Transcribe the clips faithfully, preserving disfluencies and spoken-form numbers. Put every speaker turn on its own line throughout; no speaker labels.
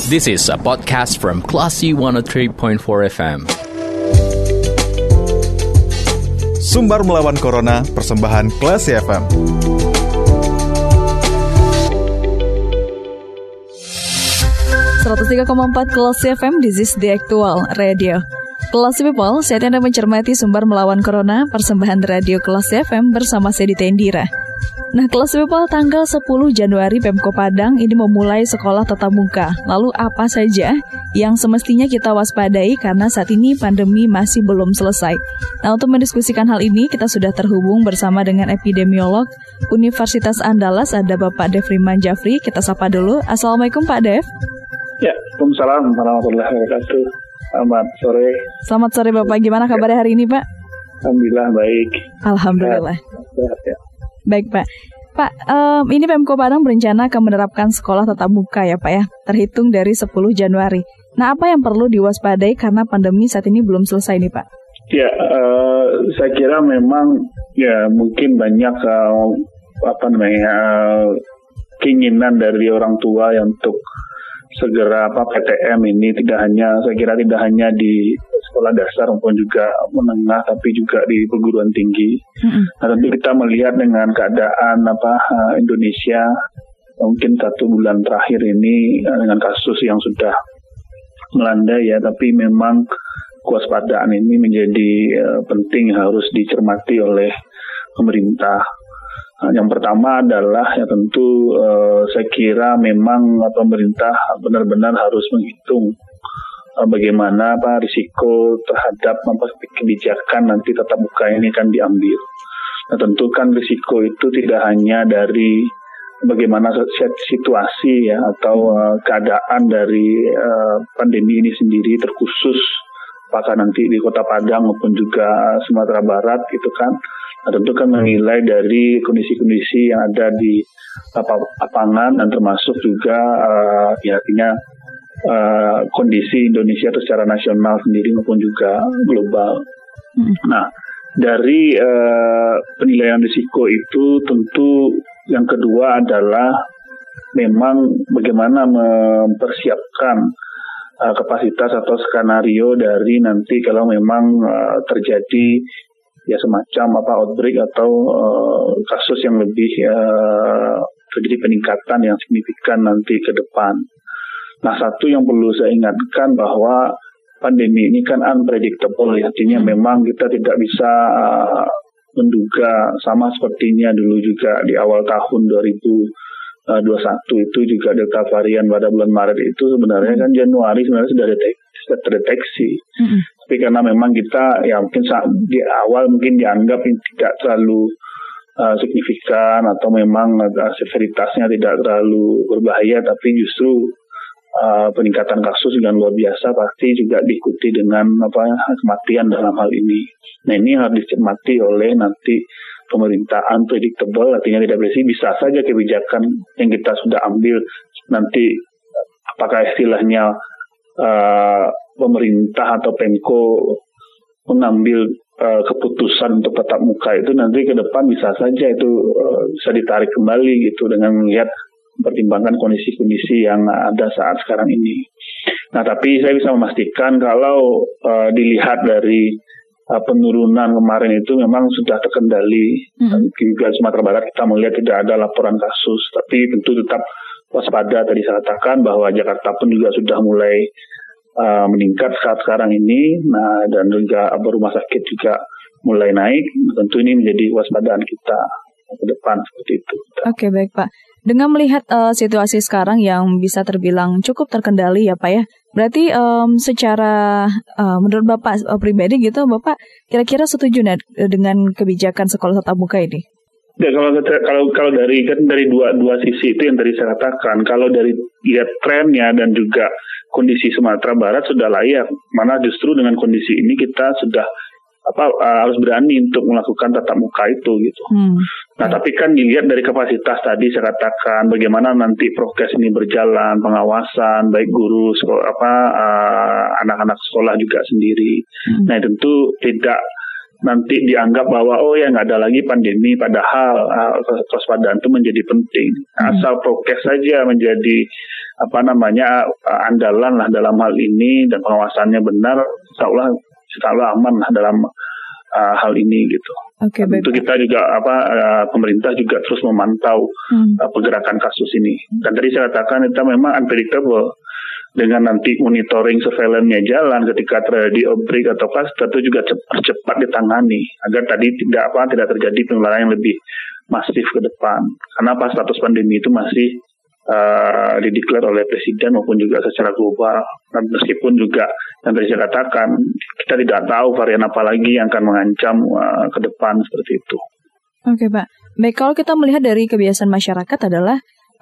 This is a podcast from Classy one oh three point four F M.
Sumbar melawan Corona, persembahan Classy F M.
seratus tiga koma empat Classy F M, this is the actual radio. Classy people, saat Anda mencermati Sumbar melawan Corona, persembahan radio Classy F M bersama saya Dita Indira. Nah, Classy people, tanggal sepuluh Januari Pemko Padang ini memulai sekolah tatap muka. Lalu apa saja yang semestinya kita waspadai karena saat ini pandemi masih belum selesai. Nah, untuk mendiskusikan hal ini, kita sudah terhubung bersama dengan epidemiolog Universitas Andalas, ada Bapak Dev Riman Jafri. Kita sapa dulu. Assalamualaikum Pak Dev.
Ya, Waalaikumsalam warahmatullahi wabarakatuh. Selamat sore.
Selamat sore Bapak, gimana kabarnya hari ini Pak?
Alhamdulillah baik.
Alhamdulillah.
Sehat, ya.
Baik Pak. Pak, um, ini Pemko Padang berencana akan menerapkan sekolah tatap muka ya Pak ya, terhitung dari sepuluh Januari. Nah, apa yang perlu diwaspadai karena pandemi saat ini belum selesai nih Pak?
Ya, uh, saya kira memang ya mungkin banyak uh, apa namanya uh, keinginan dari orang tua yang untuk segera apa P T M ini tidak hanya, saya kira tidak hanya di sekolah dasar maupun juga menengah, tapi juga di perguruan tinggi. Mm-hmm. Nah, tentu kita melihat dengan keadaan apa Indonesia mungkin satu bulan terakhir ini dengan kasus yang sudah melanda ya, tapi memang kewaspadaan ini menjadi uh, penting, harus dicermati oleh pemerintah. Nah, yang pertama adalah ya tentu uh, saya kira memang uh, pemerintah benar-benar harus menghitung uh, bagaimana apa risiko terhadap apa kebijakan nanti tatap muka ini kan diambil. Nah, tentu kan risiko itu tidak hanya dari bagaimana situasi ya atau uh, keadaan dari uh, pandemi ini sendiri terkhusus, apakah nanti di Kota Padang maupun juga Sumatera Barat gitu kan. Nah, tentu kan menilai dari kondisi-kondisi yang ada di lapangan dan termasuk juga uh, ya, artinya uh, kondisi Indonesia itu secara nasional sendiri maupun juga global. Hmm. Nah, dari uh, penilaian risiko itu tentu yang kedua adalah memang bagaimana mempersiapkan uh, kapasitas atau skenario dari nanti kalau memang uh, terjadi ya semacam apa outbreak atau uh, kasus yang lebih uh, terjadi peningkatan yang signifikan nanti ke depan. Nah, satu yang perlu saya ingatkan bahwa pandemi ini kan unpredictable, artinya memang kita tidak bisa uh, menduga, sama sepertinya dulu juga di awal tahun dua ribu dua puluh satu itu juga Delta varian pada bulan Maret itu sebenarnya kan Januari sebenarnya sudah deteksi. sudah terdeteksi. Mm-hmm. Tapi karena memang kita ya mungkin di awal mungkin dianggap tidak terlalu uh, signifikan atau memang uh, severitasnya tidak terlalu berbahaya, tapi justru uh, peningkatan kasus yang luar biasa pasti juga diikuti dengan apa kematian dalam hal ini. Nah, ini harus dicermati oleh nanti pemerintah. Unpredictable artinya tidak pasti, bisa saja kebijakan yang kita sudah ambil nanti apakah istilahnya Uh, pemerintah atau Pemko mengambil uh, keputusan untuk tatap muka itu nanti ke depan bisa saja itu uh, bisa ditarik kembali gitu dengan melihat pertimbangan kondisi-kondisi yang ada saat sekarang ini. Nah, tapi saya bisa memastikan kalau uh, dilihat dari uh, penurunan kemarin itu memang sudah terkendali. Mm-hmm. Juga Sumatera Barat kita melihat tidak ada laporan kasus, tapi tentu tetap waspada. Tadi saya katakan bahwa Jakarta pun juga sudah mulai uh, meningkat saat sekarang ini, nah dan juga rumah sakit juga mulai naik. Tentu ini menjadi waspadaan kita ke depan seperti itu.
Oke, baik Pak. Dengan melihat uh, situasi sekarang yang bisa terbilang cukup terkendali ya Pak ya, berarti um, secara uh, menurut Bapak uh, pribadi gitu, Bapak kira-kira setuju nggak dengan kebijakan sekolah tatap muka ini?
Ya, kalau kalau kalau dari kan dari dua dua sisi itu yang tadi saya katakan, kalau dari lihat trennya dan juga kondisi Sumatera Barat sudah layak, mana justru dengan kondisi ini kita sudah apa uh, harus berani untuk melakukan tatap muka itu gitu. Hmm. Nah, tapi kan dilihat dari kapasitas tadi saya katakan, bagaimana nanti prokes ini berjalan, pengawasan baik guru sekolah, apa uh, anak-anak sekolah juga sendiri. Hmm. Nah, tentu tidak nanti dianggap bahwa oh ya nggak ada lagi pandemi, padahal uh, kewaspadaan itu menjadi penting. Asal prokes saja menjadi apa namanya uh, andalan lah dalam hal ini dan pengawasannya benar, insya Allah, insya Allah aman lah dalam uh, hal ini gitu.
Oke, baik.
Tentu kita juga apa uh, pemerintah juga terus memantau hmm. uh, pergerakan kasus ini. Dan tadi saya katakan itu memang unpredictable. Dengan nanti monitoring surveillance-nya jalan ketika terjadi outbreak atau kluster itu juga cepat, cepat ditangani agar tadi tidak apa tidak terjadi penularan yang lebih masif ke depan. Karena pas status pandemi itu masih uh, dideklar oleh presiden maupun juga secara global. Dan meskipun juga yang tadi saya katakan kita tidak tahu varian apa lagi yang akan mengancam uh, ke depan seperti itu.
Oke, Pak. Baik, kalau kita melihat dari kebiasaan masyarakat adalah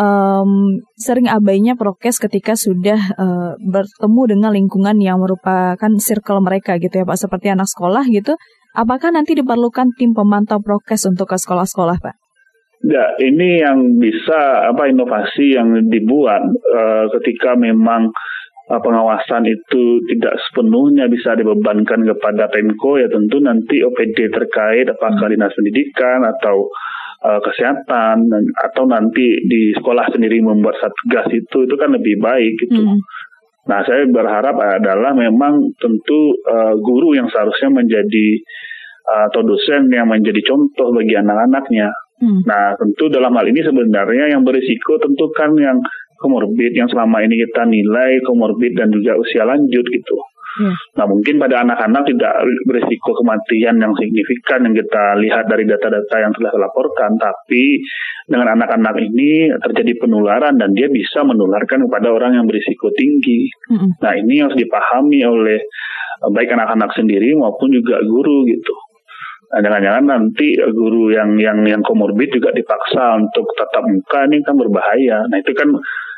Um, sering abainya prokes ketika sudah uh, bertemu dengan lingkungan yang merupakan circle mereka gitu ya Pak, seperti anak sekolah gitu. Apakah nanti diperlukan tim pemantau prokes untuk ke sekolah-sekolah, Pak?
Ya, ini yang bisa apa inovasi yang dibuat uh, ketika memang uh, pengawasan itu tidak sepenuhnya bisa dibebankan kepada Pemko, ya tentu nanti O P D terkait apakah hmm. dinas pendidikan atau Uh, kesehatan dan, atau nanti di sekolah sendiri membuat satgas itu itu kan lebih baik gitu. Mm. Nah, saya berharap adalah memang tentu uh, guru yang seharusnya menjadi uh, atau dosen yang menjadi contoh bagi anak-anaknya. Mm. Nah, tentu dalam hal ini sebenarnya yang berisiko tentu kan yang komorbid yang selama ini kita nilai komorbid dan juga usia lanjut gitu. Hmm. Nah, mungkin pada anak-anak tidak berisiko kematian yang signifikan yang kita lihat dari data-data yang telah dilaporkan, tapi dengan anak-anak ini terjadi penularan dan dia bisa menularkan kepada orang yang berisiko tinggi. Hmm. Nah, ini harus dipahami oleh baik anak-anak sendiri maupun juga guru gitu. Nah, jangan-jangan nanti guru yang yang yang komorbid juga dipaksa untuk tatap muka, ini kan berbahaya. Nah, itu kan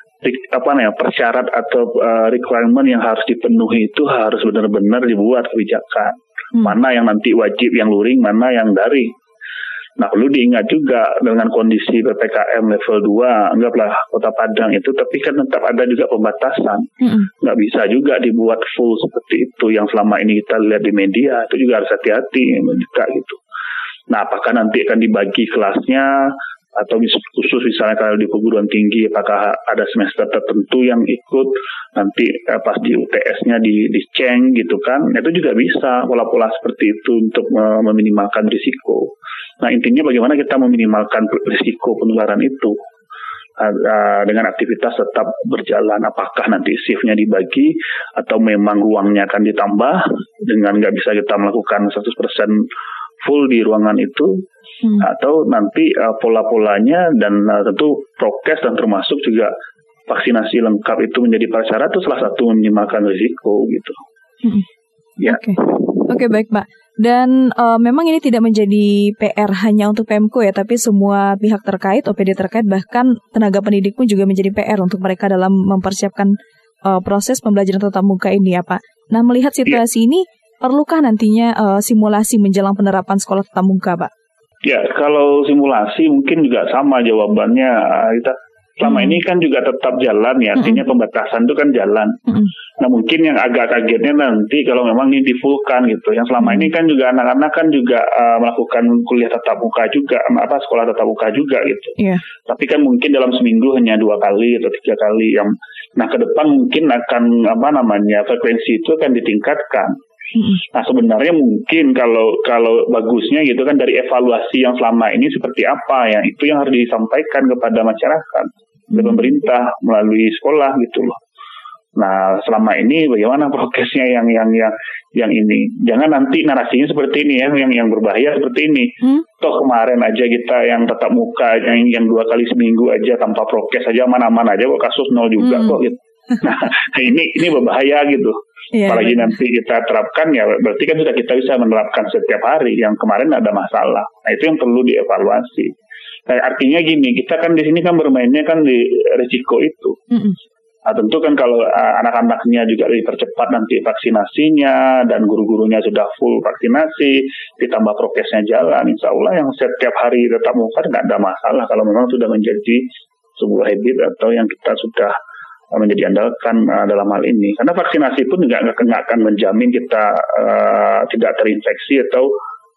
apa namanya persyarat atau uh, requirement yang harus dipenuhi itu harus benar-benar dibuat kebijakan. Hmm. Mana yang nanti wajib yang luring, mana yang daring. Nah, perlu diingat juga dengan kondisi P P K M level dua, anggaplah Kota Padang itu, tapi kan tetap ada juga pembatasan. Hmm. Nggak bisa juga dibuat full seperti itu yang selama ini kita lihat di media, itu juga harus hati-hati juga gitu. Nah, apakah nanti akan dibagi kelasnya, atau khusus misalnya kalau di perguruan tinggi apakah ada semester tertentu yang ikut nanti eh, pas di U T S-nya di diceng gitu kan, itu juga bisa pola-pola seperti itu untuk uh, meminimalkan risiko. Nah, intinya bagaimana kita meminimalkan risiko penularan itu uh, uh, dengan aktivitas tetap berjalan. Apakah nanti shift-nya dibagi atau memang ruangnya akan ditambah dengan nggak bisa kita melakukan seratus persen full di ruangan itu, hmm. atau nanti uh, pola-polanya dan uh, tentu prokes dan termasuk juga vaksinasi lengkap itu menjadi prasyarat itu salah satu meminimalkan risiko gitu. Hmm. Ya.
Oke, okay. okay, baik Pak. Dan uh, memang ini tidak menjadi P R hanya untuk Pemko ya, tapi semua pihak terkait, O P D terkait, bahkan tenaga pendidik pun juga menjadi P R untuk mereka dalam mempersiapkan uh, proses pembelajaran tatap muka ini ya Pak. Nah, melihat situasi ya. ini, perlukah nantinya uh, simulasi menjelang penerapan sekolah tatap muka, Pak?
Ya, kalau simulasi mungkin juga sama jawabannya. Kita selama hmm. ini kan juga tetap jalan ya, artinya hmm. pembatasan itu kan jalan. Hmm. Nah, mungkin yang agak kagetnya nanti kalau memang ini di-full-kan gitu. Yang selama ini kan juga anak-anak kan juga uh, melakukan kuliah tatap muka juga, apa sekolah tatap muka juga gitu. Yeah. Tapi kan mungkin dalam seminggu hanya dua kali atau tiga kali. Yang, nah, ke depan mungkin akan apa namanya frekuensi itu akan ditingkatkan. Nah, sebenarnya mungkin kalau kalau bagusnya gitu kan dari evaluasi yang selama ini seperti apa ya, itu yang harus disampaikan kepada masyarakat, ke pemerintah melalui sekolah gitu loh. Nah, selama ini bagaimana prokesnya yang yang yang yang ini? Jangan nanti narasinya seperti ini ya, yang yang berbahaya seperti ini. Hmm? Toh kemarin aja kita yang tatap muka yang yang dua kali seminggu aja tanpa prokes aja aman-aman aja kok, kasus nol juga hmm. kok gitu. Nah, ini ini berbahaya gitu. Yeah, apalagi betul. Nanti kita terapkan ya berarti kan sudah kita bisa menerapkan setiap hari, yang kemarin ada masalah. Nah, itu yang perlu dievaluasi. Nah, artinya gini, kita kan di sini kan bermainnya kan di risiko itu. Mm-hmm. Nah, tentu kan kalau uh, anak-anaknya juga dipercepat nanti vaksinasinya dan guru-gurunya sudah full vaksinasi, ditambah prokesnya jalan, insya Allah yang setiap hari tetap muka nggak ada masalah kalau memang sudah menjadi sebuah habit atau yang kita sudah menjadi andalkan uh, dalam hal ini. Karena vaksinasi pun nggak nggak akan menjamin kita uh, tidak terinfeksi atau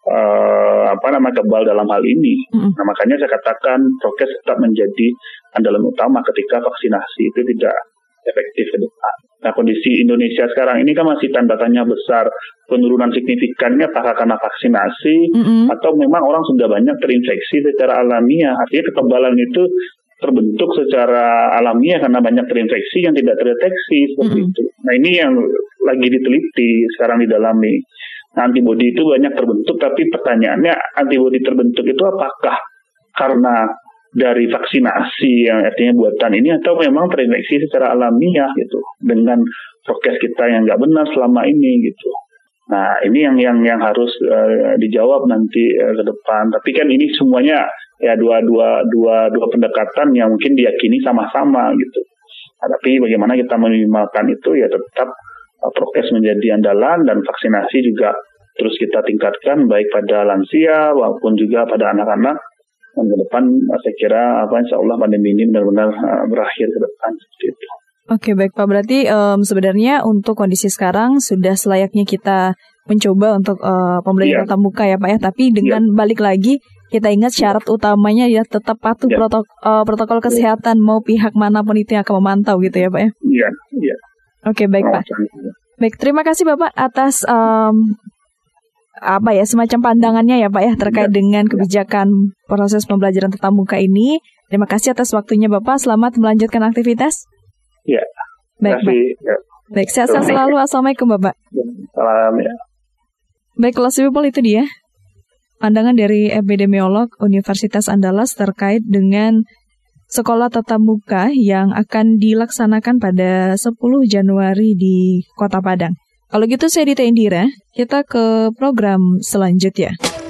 uh, apa namanya kebal dalam hal ini. Mm-hmm. Nah makanya saya katakan prokes tetap menjadi andalan utama ketika vaksinasi itu tidak efektif ke depan. Nah kondisi Indonesia sekarang ini kan masih tanda tanya besar, penurunan signifikannya apakah karena vaksinasi mm-hmm. atau memang orang sudah banyak terinfeksi secara alamiah. Artinya kekebalan itu terbentuk secara alamiah karena banyak terinfeksi yang tidak terdeteksi seperti mm-hmm. itu. Nah ini yang lagi diteliti sekarang didalami. Nah, antibodi itu banyak terbentuk, tapi pertanyaannya antibodi terbentuk itu apakah karena dari vaksinasi yang artinya buatan ini atau memang terinfeksi secara alamiah gitu dengan prokes kita yang nggak benar selama ini gitu. Nah ini yang yang yang harus uh, dijawab nanti uh, ke depan. Tapi kan ini semuanya ya dua dua dua dua pendekatan yang mungkin diyakini sama-sama gitu. Nah, tapi bagaimana kita meminimalkan itu ya tetap uh, prokes menjadi andalan dan vaksinasi juga terus kita tingkatkan baik pada lansia maupun juga pada anak-anak. Dan ke depan uh, saya kira apa insya Allah pandemi ini benar-benar uh, berakhir ke depan seperti itu.
Oke baik Pak, berarti um, sebenarnya untuk kondisi sekarang sudah selayaknya kita mencoba untuk uh, pembelajaran yeah. tatap muka ya Pak ya, tapi dengan yeah. balik lagi kita ingat syarat utamanya ya tetap patuh yeah. protok, uh, protokol kesehatan yeah. mau pihak manapun itu yang akan memantau gitu ya Pak ya.
Iya, yeah. iya. Yeah.
Oke baik Pak. Baik, terima kasih Bapak atas um, apa ya semacam pandangannya ya Pak ya terkait yeah. dengan kebijakan proses pembelajaran tatap muka ini. Terima kasih atas waktunya Bapak. Selamat melanjutkan aktivitas.
Ya,
baik, baik. Ya. Baik, sehat-sehat selalu. Assalamualaikum, Bapak.
Salam, ya.
Baik, Classy People itu dia pandangan dari epidemiolog Universitas Andalas terkait dengan sekolah tatap muka yang akan dilaksanakan pada sepuluh Januari di Kota Padang. Kalau gitu saya Dita Indira, kita ke program selanjutnya.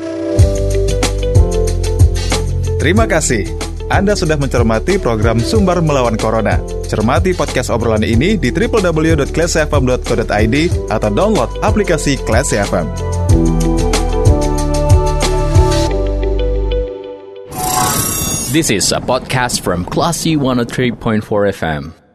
Terima kasih. Anda sudah mencermati program Sumber Melawan Corona. Cermati podcast obrolan ini di double-u double-u double-u dot classy f m dot co dot i d atau download aplikasi Classy F M.
This is a podcast from Classy one oh three point four F M.